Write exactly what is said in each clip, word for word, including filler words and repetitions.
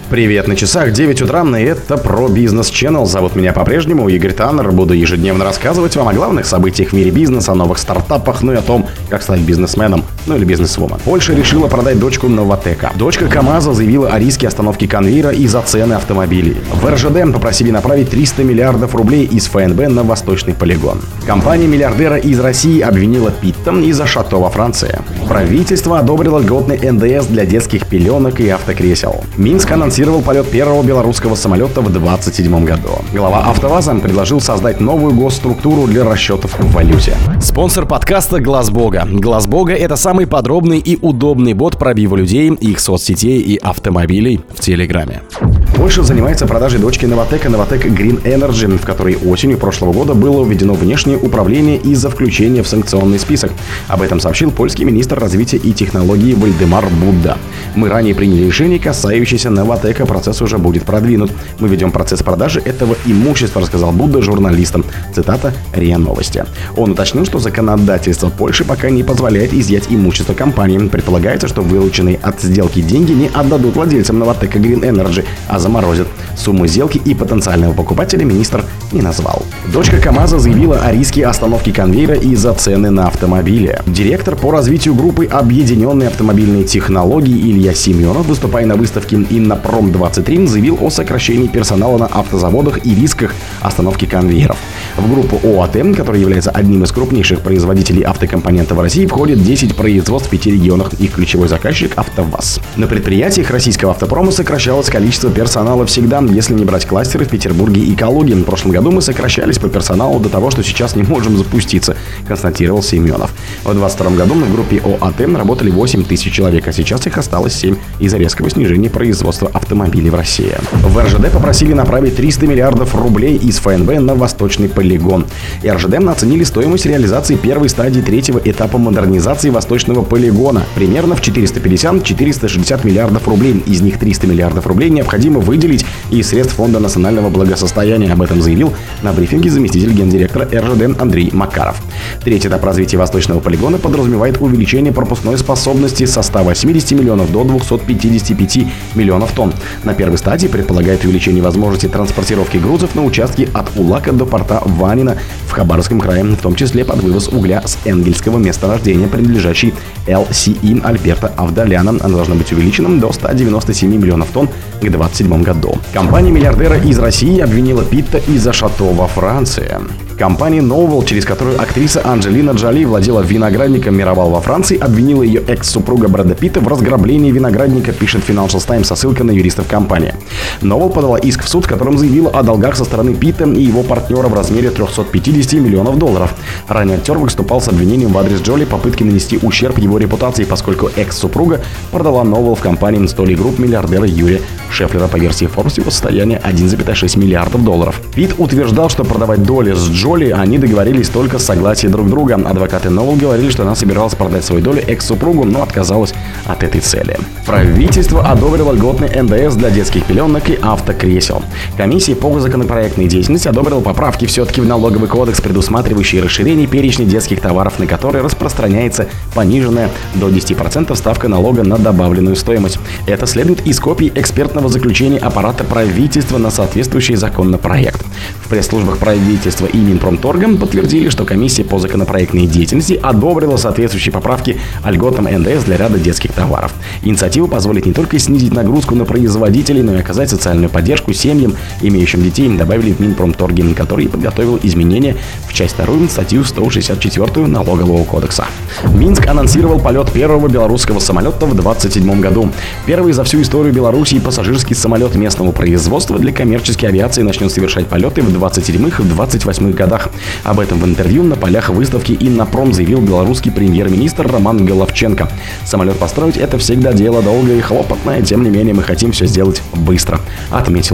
Привет, на часах девять утра, и это про бизнес Channel. Зовут меня по-прежнему Игорь Таннер. Буду ежедневно рассказывать вам о главных событиях в мире бизнеса, о новых стартапах, ну и о том, как стать бизнесменом, ну или бизнесвумен. Польша решила продать дочку Новатэка. Дочка КамАЗа заявила о риске остановки конвейера из-за цены автомобилей. В эр жэ дэ попросили направить триста миллиардов рублей из эф эн бэ на восточный полигон. Компания миллиардера из России обвинила Питта из-за шато во Франции. Правительство одобрило льготный эн дэ эс для детских пеленок и автокресел. Минск анонсировал полет первого белорусского самолета в двадцать седьмом году. Глава АвтоВАЗа предложил создать новую госструктуру для расчетов в валюте. Спонсор подкаста Глаз Бога. Глаз Бога — это самый подробный и удобный бот пробива людей, их соцсетей и автомобилей в Телеграме. Польша занимается продажей дочки Новатэка Новатэк Green Energy, в которой осенью прошлого года было введено внешнее управление из-за включения в санкционный список. Об этом сообщил польский министр развития и технологий Вальдемар Будда. Мы ранее приняли решение, касающееся Новатэка, процесс уже будет продвинут. Мы ведем процесс продажи этого имущества, рассказал Будда журналистам. Цитата РИА Новости. Он уточнил, что законодательство Польши пока не позволяет изъять имущество компании. Предполагается, что вырученные от сделки деньги не отдадут владельцам Новатэка Green Energy, а заморозят. Сумму сделки и потенциального покупателя министр не назвал. Дочка КамАЗа заявила о риске остановки конвейера из-за цены на автомобили. Директор по развитию группы Объединенные автомобильные технологии Илья Семенов, выступая на выставке Иннопром двадцать три, заявил о сокращении персонала на автозаводах и рисках остановки конвейеров. В группу ОАТ, которая является одним из крупнейших производителей автокомпонентов в России, входит десять производств в пяти регионах. Их ключевой заказчик — АвтоВАЗ. На предприятиях российского автопрома сокращалось количество персонала всегда, если не брать кластеры в Петербурге и Калуге. В прошлом году мы сокращались по персоналу до того, что сейчас не можем запуститься, констатировал Семенов. В двадцать втором году в группе ОАТ работали восемь тысяч человек, а сейчас их осталось семь из-за резкого снижения производства автомобилей в России. В эр жэ дэ попросили направить триста миллиардов рублей из эф эн бэ на восточный полигон. эр жэ дэ оценили стоимость реализации первой стадии третьего этапа модернизации восточного полигона примерно в четыреста пятьдесят - четыреста шестьдесят миллиардов рублей. Из них триста миллиардов рублей необходимо выделить из средств Фонда национального благосостояния. Об этом заявил на брифинге заместитель гендиректора эр жэ дэ Андрей Макаров. Третий этап развития восточного полигона подразумевает увеличение пропускной способности со ста восьмидесяти миллионов до двухсот пятидесяти пяти миллионов тонн. На первой стадии предполагает увеличение возможности транспортировки грузов на участке от Улака до порта Ванина в Хабаровском крае, в том числе под вывоз угля с энгельского месторождения, принадлежащей эл си и Альберта Авдаляна. Она должна быть увеличена до ста девяноста семи миллионов тонн к двадцать седьмому году. Компания миллиардера из России обвинила Питта из-за шато во Франции. Компания Novel, через которую актриса Анджелина Джоли владела виноградником Мировал во Франции, обвинила ее экс-супруга Брэда Питта в разграблении виноградника, пишет Financial Times со ссылкой на юристов компании. Novel подала иск в суд, в котором заявила о долгах со стороны Питта и его партнера в размере трехсот пятидесяти миллионов долларов. Ранее актер выступал с обвинением в адрес Джоли попытки нанести ущерб его репутации, поскольку экс-супруга продала Novel в компании Столи Групп миллиардера Юрия Шефлера. По версии Forbes его состояние один целых шесть десятых миллиардов долларов. Питт утверждал, что продавать доли с Джоли они договорились только с согласия друг друга. Адвокаты Novel говорили, что она собиралась продать свою долю экс-супругу, но отказалась от этой цели. Правительство одобрило льготный эн дэ эс для детских пеленок и автокресел. Комиссия по законопроектной деятельности одобрила поправки все-таки в налоговый кодекс, предусматривающие расширение перечня детских товаров, на которые распространяется пониженная до десяти процентов ставка налога на добавленную стоимость. Это следует из копий экспертного заключения аппарата правительства на соответствующий законопроект. В пресс-службах правительства и Минпромторга подтвердили, что комиссия по законопроектной деятельности одобрила соответствующие поправки о льготном эн дэ эс для ряда детских товаров. Инициатива позволит не только снизить нагрузку на производителей, но и оказать социальную поддержку семьям, имеющим детей, добавили в Минпромторге, который подготовил изменения в часть вторую статью сто шестьдесят четвёртую Налогового кодекса. Минск анонсировал полет первого белорусского самолета в двадцать седьмом году. Первый за всю историю Беларуси пассажирский самолет местного производства для коммерческой авиации начнет совершать полеты в двадцать седьмом и двадцать восьмом годах. Об этом в интервью на полях выставки Иннопром заявил белорусский премьер-министр Роман Головченко. Самолет построить — это всегда дело долгое и хлопотное, тем не менее мы хотим все сделать быстро, отметил он.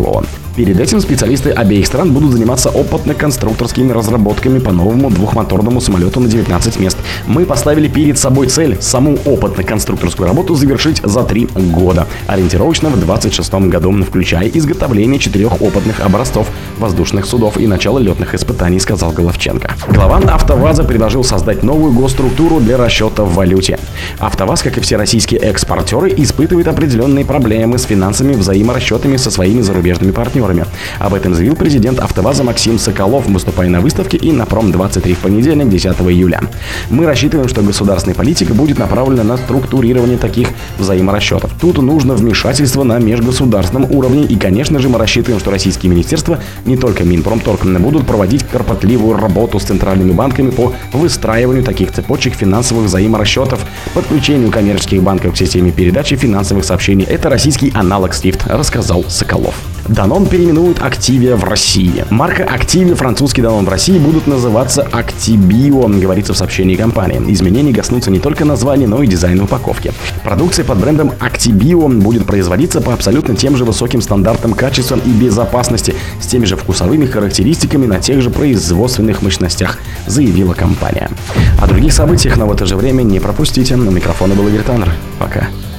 Перед этим специалисты обеих стран будут заниматься опытно-конструкторскими разработками по новому двухмоторному самолету на девятнадцать мест. Мы поставили перед собой цель саму опытно-конструкторскую работу завершить за три года, ориентировочно в двадцать шестом году, включая изготовление четырех опытных образцов воздушных судов и начало летных испытаний, сказал Головченко. Глава АвтоВАЗа предложил создать новую госструктуру для расчета в валюте. АвтоВАЗ, как и все российские экспортеры, испытывает определенные проблемы с финансовыми взаиморасчетами со своими зарубежными партнерами. Об этом заявил президент АвтоВАЗа Максим Соколов, выступая на выставке «Иннопром двадцать три» в понедельник, десятого июля. Мы рассчитываем, что государственная политика будет направлена на структурирование таких взаиморасчетов. Тут нужно вмешательство на межгосударственном уровне, и, конечно же, мы рассчитываем, что российские министерства, не только Минпромторг, будут проводить кропотливую работу с центральными банками по выстраиванию таких цепочек финансовых взаиморасчетов, подключению коммерческих банков к системе передачи финансовых сообщений. Это российский аналог свифт, рассказал Соколов. Данон переименуют Activia в России. Марка Activia, французский Данон в России, будут называться Actibio, говорится в сообщении компании. Изменения коснутся не только названия, но и дизайна упаковки. Продукция под брендом Actibio будет производиться по абсолютно тем же высоким стандартам качества и безопасности, с теми же вкусовыми характеристиками на тех же производственных мощностях, заявила компания. О других событиях, но в это же время не пропустите. У микрофона был Игорь Таннер. Пока.